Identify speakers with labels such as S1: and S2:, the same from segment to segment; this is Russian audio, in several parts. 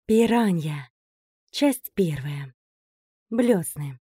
S1: Пиранья. Часть первая. Блесны.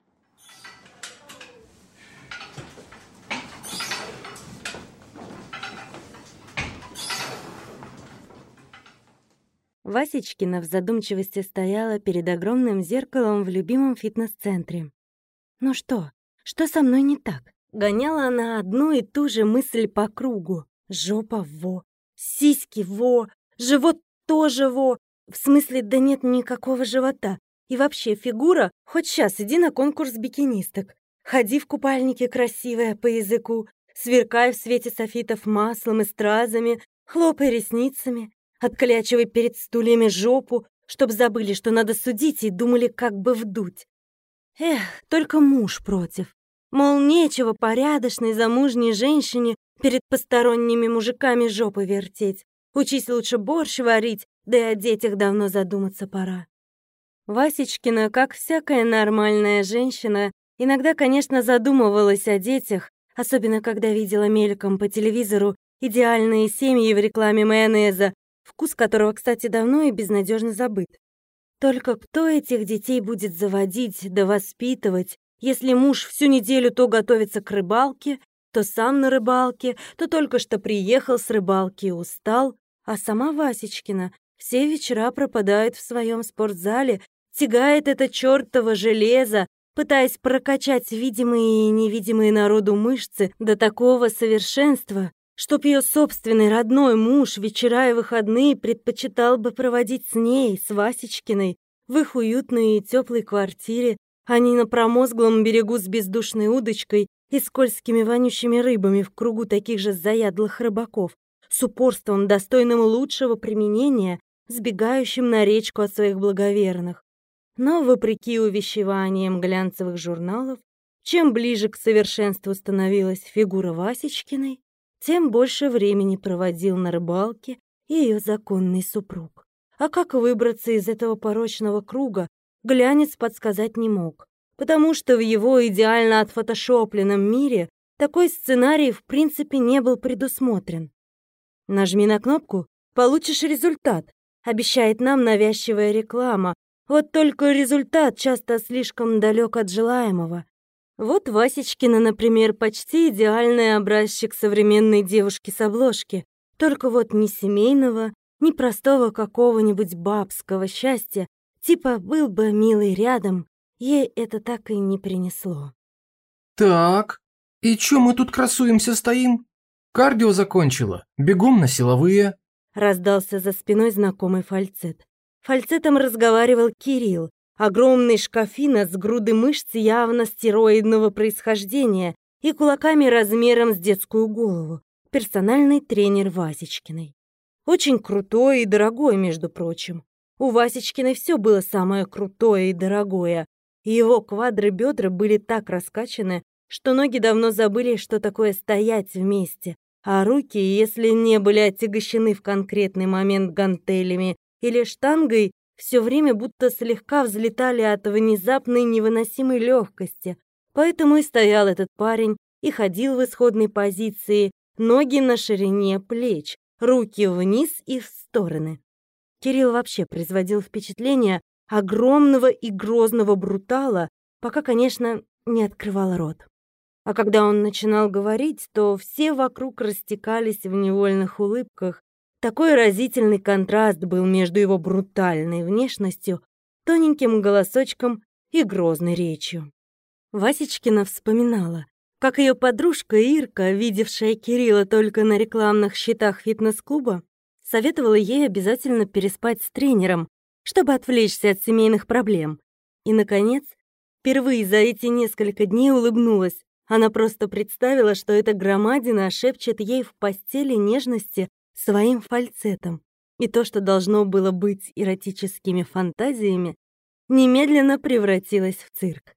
S1: Васечкина в задумчивости стояла перед огромным зеркалом в любимом фитнес-центре. Ну что? Что со мной не так? Гоняла она одну и ту же мысль по кругу. Жопа во, сиськи во, живот тоже во. В смысле, да нет никакого живота. И вообще, фигура, хоть сейчас иди на конкурс бикинисток. Ходи в купальнике красивая по языку, сверкай в свете софитов маслом и стразами, хлопай ресницами, отклячивай перед стульями жопу, чтоб забыли, что надо судить, и думали, как бы вдуть. Эх, только муж против. Мол, нечего порядочной замужней женщине перед посторонними мужиками жопы вертеть. Учись лучше борщ варить, да и о детях давно задуматься пора. Васечкина, как всякая нормальная женщина, иногда, конечно, задумывалась о детях, особенно когда видела мельком по телевизору идеальные семьи в рекламе майонеза, вкус которого, кстати, давно и безнадежно забыт. Только кто этих детей будет заводить да воспитывать, если муж всю неделю то готовится к рыбалке, то сам на рыбалке, то только что приехал с рыбалки и устал, а сама Васечкина все вечера пропадает в своем спортзале, тягает это чёртово железо, пытаясь прокачать видимые и невидимые народу мышцы до такого совершенства, чтоб ее собственный родной муж вечера и выходные предпочитал бы проводить с ней, с Васечкиной, в их уютной и теплой квартире, а не на промозглом берегу с бездушной удочкой и скользкими вонючими рыбами в кругу таких же заядлых рыбаков, с упорством, достойным лучшего применения, сбегающим на речку от своих благоверных. Но, вопреки увещеваниям глянцевых журналов, чем ближе к совершенству становилась фигура Васечкиной, тем больше времени проводил на рыбалке и ее законный супруг. А как выбраться из этого порочного круга, глянец подсказать не мог, потому что в его идеально отфотошопленном мире такой сценарий в принципе не был предусмотрен. «Нажми на кнопку, получишь результат», обещает нам навязчивая реклама, вот только результат часто слишком далек от желаемого. Вот Васечкина, например, почти идеальный образчик современной девушки с обложки, только вот ни семейного, ни простого какого-нибудь бабского счастья, типа «был бы милый рядом», ей это так и не принесло.
S2: Так, и чё мы тут красуемся стоим? Кардио закончила, бегом на силовые.
S1: Раздался за спиной знакомый фальцет. Фальцетом разговаривал Кирилл, огромный шкафина с грудой мышц явно стероидного происхождения и кулаками размером с детскую голову, персональный тренер Васечкиной. Очень крутой и дорогой, между прочим. У Васечкиной все было самое крутое и дорогое, и его квадры-бедра были так раскачаны, что ноги давно забыли, что такое стоять вместе, а руки, если не были отягощены в конкретный момент гантелями или штангой, все время будто слегка взлетали от внезапной невыносимой легкости. Поэтому и стоял этот парень и ходил в исходной позиции, ноги на ширине плеч, руки вниз и в стороны. Кирилл вообще производил впечатление огромного и грозного брутала, пока, конечно, не открывал рот. А когда он начинал говорить, то все вокруг растекались в невольных улыбках. Такой разительный контраст был между его брутальной внешностью, тоненьким голосочком и грозной речью. Васечкина вспоминала, как ее подружка Ирка, видевшая Кирилла только на рекламных щитах фитнес-клуба, советовала ей обязательно переспать с тренером, чтобы отвлечься от семейных проблем. И, наконец, впервые за эти несколько дней улыбнулась. Она просто представила, что эта громадина шепчет ей в постели нежности своим фальцетом. И то, что должно было быть эротическими фантазиями, немедленно превратилось в цирк.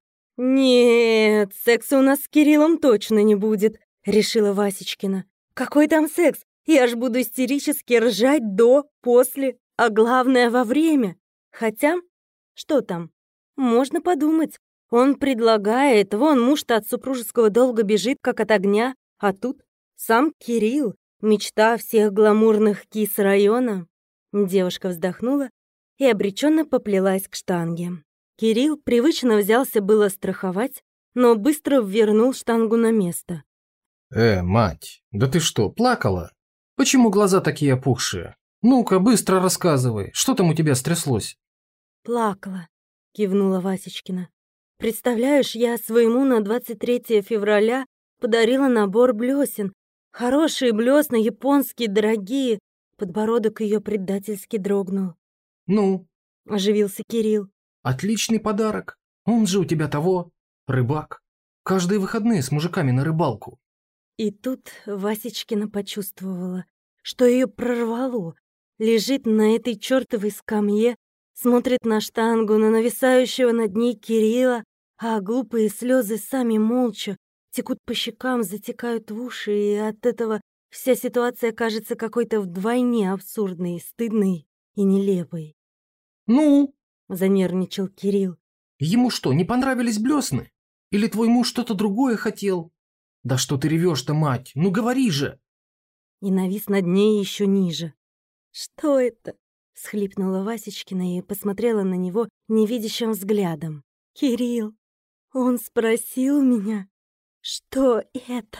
S1: «Нет, секса у нас с Кириллом точно не будет», — решила Васечкина. «Какой там секс? Я ж буду истерически ржать до, после, а главное во время. Хотя, что там? Можно подумать. Он предлагает, вон муж-то от супружеского долга бежит, как от огня, а тут сам Кирилл, мечта всех гламурных кис района». Девушка вздохнула и обреченно поплелась к штанге. Кирилл привычно взялся было страховать, но быстро вернул штангу на место.
S2: Мать, да ты что, плакала? Почему глаза такие опухшие? Ну-ка, быстро рассказывай, что там у тебя стряслось?
S1: «Плакала», — кивнула Васечкина. «Представляешь, я своему на 23 февраля подарила набор блесен. Хорошие блесна, японские, дорогие». Подбородок ее предательски дрогнул.
S2: Ну,
S1: Оживился Кирилл.
S2: отличный подарок. Он же у тебя того, рыбак. Каждые выходные с мужиками на рыбалку.
S1: И тут Васечкина почувствовала, что ее прорвало. Лежит на этой чертовой скамье, смотрит на штангу, на нависающего над ней Кирилла, а глупые слезы сами молча текут по щекам, затекают в уши, и от этого вся ситуация кажется какой-то вдвойне абсурдной, стыдной и нелепой.
S2: Ну,
S1: Занервничал Кирилл.
S2: ему что, не понравились блесны? Или твой муж что-то другое хотел? Да что ты ревешь-то, мать, ну говори же.
S1: И навис над ней еще ниже. «Что это?» — всхлипнула Васечкина и посмотрела на него невидящим взглядом. «Кирилл, он спросил меня, что это?»